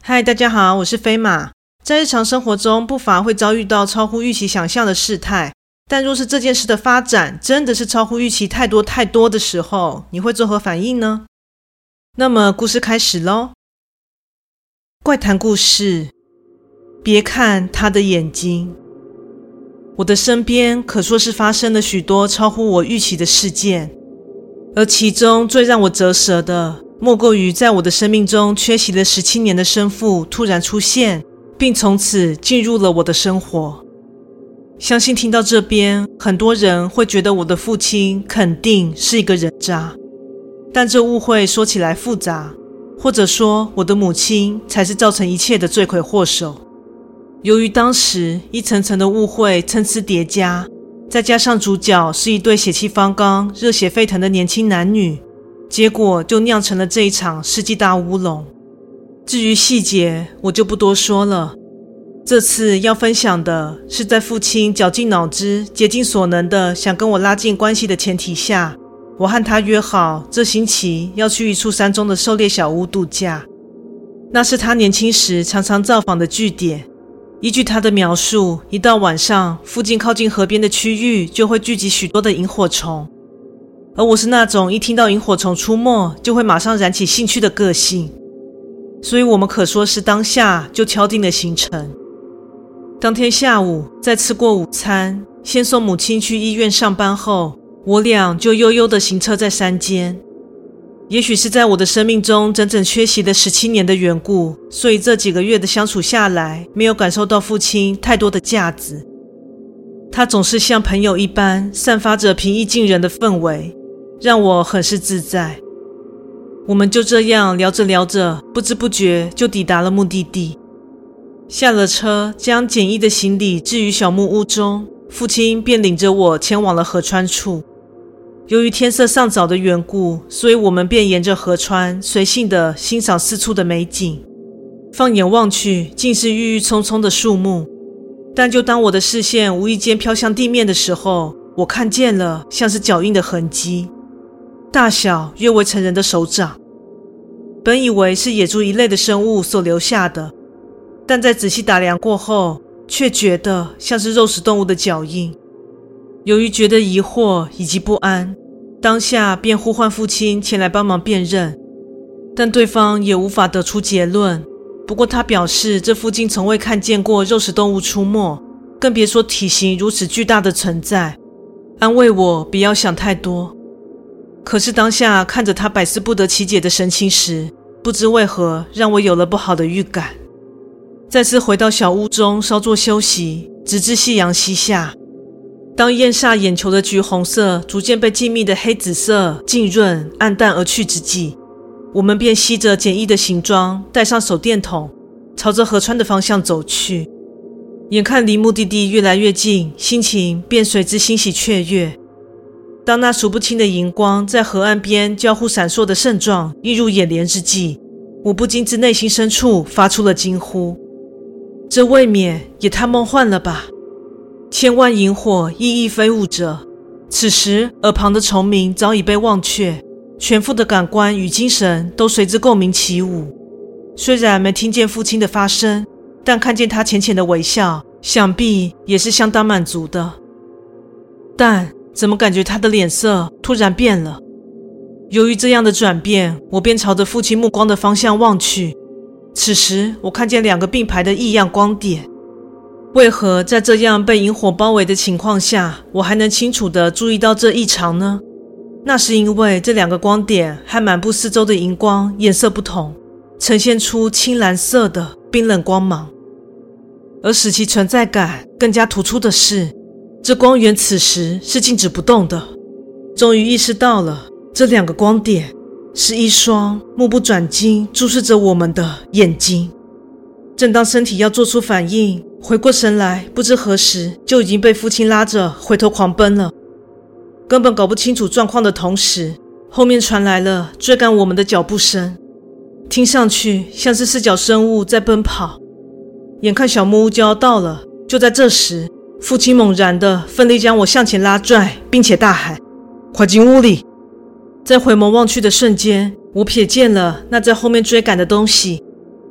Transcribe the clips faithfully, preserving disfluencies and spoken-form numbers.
嗨，大家好，我是飞马。在日常生活中，不乏会遭遇到超乎预期想象的事态，但若是这件事的发展真的是超乎预期太多太多的时候，你会作何反应呢？那么故事开始咯。怪谈故事，别看他的眼睛。我的身边可说是发生了许多超乎我预期的事件，而其中最让我折舌的莫过于在我的生命中缺席了十七年的生父突然出现，并从此进入了我的生活。相信听到这边，很多人会觉得我的父亲肯定是一个人渣，但这误会说起来复杂，或者说我的母亲才是造成一切的罪魁祸首。由于当时一层层的误会参差叠加，再加上主角是一对血气方刚、热血沸腾的年轻男女，结果就酿成了这一场世纪大乌龙。至于细节，我就不多说了。这次要分享的是在父亲绞尽脑汁、竭尽所能的想跟我拉近关系的前提下，我和他约好这星期要去一处山中的狩猎小屋度假。那是他年轻时常常造访的据点。依据他的描述，一到晚上，附近靠近河边的区域就会聚集许多的萤火虫。而我是那种一听到萤火虫出没就会马上燃起兴趣的个性，所以我们可说是当下就敲定了行程。当天下午在吃过午餐，先送母亲去医院上班后，我俩就悠悠地行车在山间。也许是在我的生命中整整缺席了十七年的缘故，所以这几个月的相处下来，没有感受到父亲太多的架子。他总是像朋友一般，散发着平易近人的氛围，让我很是自在。我们就这样聊着聊着，不知不觉就抵达了目的地。下了车，将简易的行李置于小木屋中，父亲便领着我前往了河川处。由于天色尚早的缘故，所以我们便沿着河川随性地欣赏四处的美景。放眼望去，尽是郁郁葱葱的树木，但就当我的视线无意间飘向地面的时候，我看见了像是脚印的痕迹，大小约为成人的手掌。本以为是野猪一类的生物所留下的，但在仔细打量过后，却觉得像是肉食动物的脚印。由于觉得疑惑以及不安，当下便呼唤父亲前来帮忙辨认，但对方也无法得出结论。不过他表示这附近从未看见过肉食动物出没，更别说体型如此巨大的存在，安慰我不要想太多。可是当下看着他百思不得其解的神情时，不知为何让我有了不好的预感。再次回到小屋中稍作休息，直至夕阳西下。当艳煞眼球的橘红色逐渐被静谧的黑紫色浸润暗淡而去之际，我们便吸着简易的行装，带上手电筒，朝着河川的方向走去。眼看离目的地越来越近，心情便随之欣喜雀跃。当那数不清的荧光在河岸边交互闪烁的盛状映入眼帘之际，我不禁自内心深处发出了惊呼：这未免也太梦幻了吧！千万萤火熠熠飞舞着，此时耳旁的虫鸣早已被忘却，全副的感官与精神都随之共鸣起舞。虽然没听见父亲的发声，但看见他浅浅的微笑，想必也是相当满足的。但怎么感觉他的脸色突然变了？由于这样的转变，我便朝着父亲目光的方向望去。此时我看见两个并排的异样光点。为何在这样被萤火包围的情况下，我还能清楚地注意到这异常呢？那是因为这两个光点和满布四周的荧光颜色不同，呈现出青蓝色的冰冷光芒。而使其存在感更加突出的是，这光源此时是静止不动的。终于意识到了，这两个光点是一双目不转睛注视着我们的眼睛。正当身体要做出反应，回过神来，不知何时就已经被父亲拉着回头狂奔了。根本搞不清楚状况的同时，后面传来了追赶我们的脚步声，听上去像是四脚生物在奔跑。眼看小木屋就要到了，就在这时，父亲猛然地奋力将我向前拉拽，并且大喊：快进屋里！在回眸望去的瞬间，我瞥见了那在后面追赶的东西。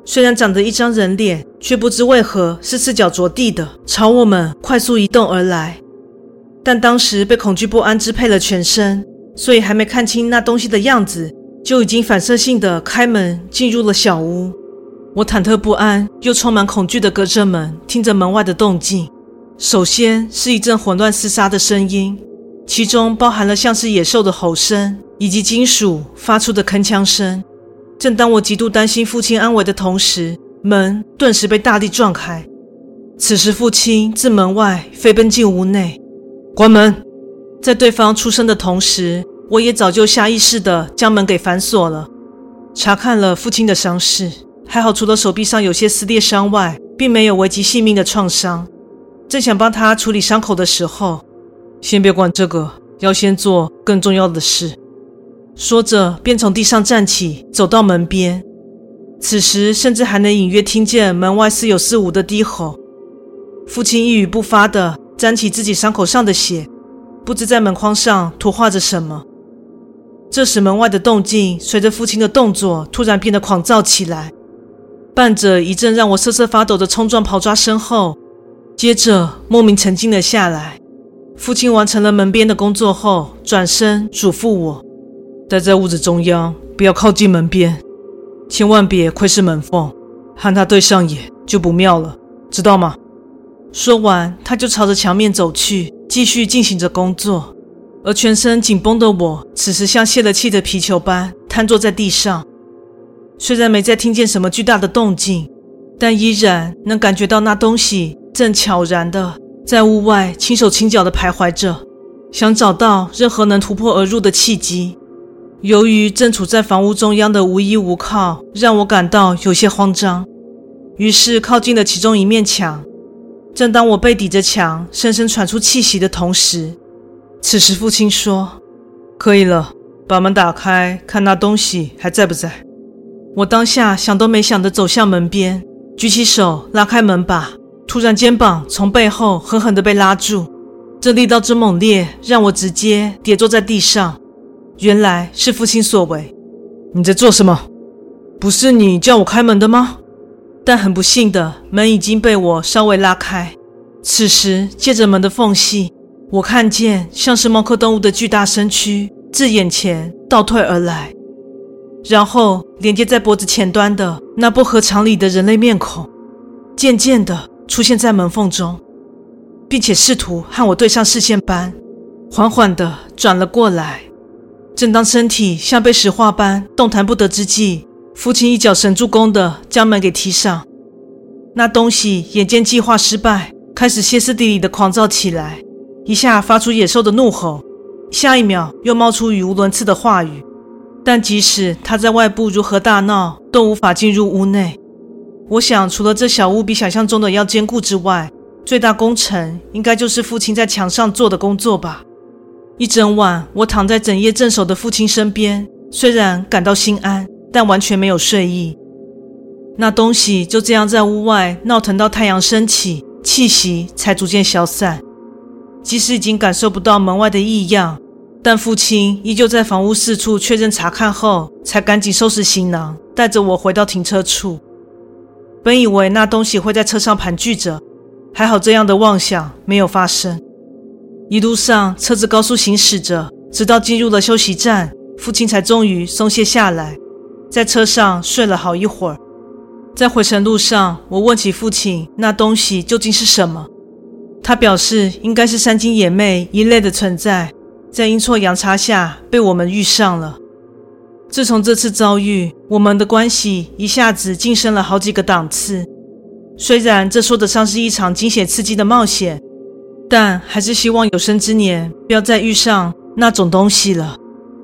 虽然长得一张人脸，却不知为何是赤脚着地的，朝我们快速移动而来。但当时被恐惧不安支配了全身，所以还没看清那东西的样子，就已经反射性的开门进入了小屋。我忐忑不安又充满恐惧的隔着门，听着门外的动静。首先是一阵混乱厮杀的声音，其中包含了像是野兽的吼声，以及金属发出的铿锵声。正当我极度担心父亲安危的同时，门顿时被大力撞开。此时父亲自门外飞奔进屋内。关门！在对方出声的同时，我也早就下意识地将门给反锁了。查看了父亲的伤势，还好除了手臂上有些撕裂伤外，并没有危及性命的创伤。正想帮他处理伤口的时候，先别管这个，要先做更重要的事。说着便从地上站起，走到门边。此时甚至还能隐约听见门外似有似无的低吼。父亲一语不发地沾起自己伤口上的血，不知在门框上涂画着什么。这时门外的动静随着父亲的动作突然变得狂躁起来，伴着一阵让我瑟瑟发抖的冲撞刨抓声后，接着莫名沉静了下来。父亲完成了门边的工作后，转身嘱咐我待在屋子中央，不要靠近门边，千万别窥视门缝，和他对上眼就不妙了，知道吗？说完他就朝着墙面走去，继续进行着工作。而全身紧绷的我此时像泄了气的皮球般瘫坐在地上。虽然没再听见什么巨大的动静，但依然能感觉到那东西正悄然的在屋外轻手轻脚的徘徊着，想找到任何能突破而入的契机。由于正处在房屋中央的无依无靠，让我感到有些慌张，于是靠近了其中一面墙。正当我背抵着墙深深喘出气息的同时，此时父亲说：可以了，把门打开，看那东西还在不在。我当下想都没想地走向门边，举起手拉开门把，突然肩膀从背后狠狠地被拉住，这力道之猛烈让我直接跌坐在地上。原来是父亲所为。你在做什么？不是你叫我开门的吗？但很不幸的，门已经被我稍微拉开。此时借着门的缝隙，我看见像是猫科动物的巨大身躯自眼前倒退而来，然后连接在脖子前端的那不合常理的人类面孔渐渐地出现在门缝中，并且试图和我对上视线般缓缓地转了过来。正当身体像被石化般动弹不得之际，父亲一脚神助攻地将门给踢上。那东西眼见计划失败，开始歇斯底里地狂躁起来，一下发出野兽的怒吼，下一秒又冒出语无伦次的话语。但即使他在外部如何大闹，都无法进入屋内。我想除了这小屋比想象中的要坚固之外，最大工程应该就是父亲在墙上做的工作吧。一整晚我躺在整夜镇守的父亲身边，虽然感到心安，但完全没有睡意。那东西就这样在屋外闹腾到太阳升起，气息才逐渐消散。即使已经感受不到门外的异样，但父亲依旧在房屋四处确认查看后，才赶紧收拾行囊，带着我回到停车处。本以为那东西会在车上盘踞着，还好这样的妄想没有发生。一路上车子高速行驶着，直到进入了休息站，父亲才终于松懈下来，在车上睡了好一会儿。在回程路上，我问起父亲那东西究竟是什么，他表示应该是山精野魅一类的存在，在阴错阳差下被我们遇上了。自从这次遭遇，我们的关系一下子晋升了好几个档次。虽然这说得上是一场惊险刺激的冒险，但还是希望有生之年不要再遇上那种东西了。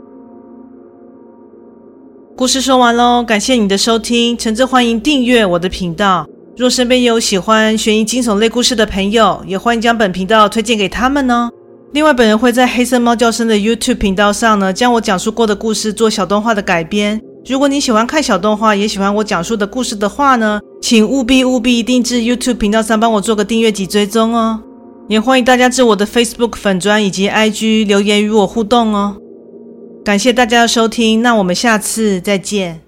故事说完咯，感谢你的收听，诚挚欢迎订阅我的频道。若身边也有喜欢悬疑惊悚类故事的朋友，也欢迎将本频道推荐给他们哦。另外，本人会在黑色猫叫声的 YouTube 频道上呢，将我讲述过的故事做小动画的改编。如果你喜欢看小动画，也喜欢我讲述的故事的话呢，请务必务必一定至 YouTube 频道上帮我做个订阅及追踪哦。也欢迎大家至我的 Facebook 粉专以及 I G 留言与我互动哦。感谢大家的收听，那我们下次再见。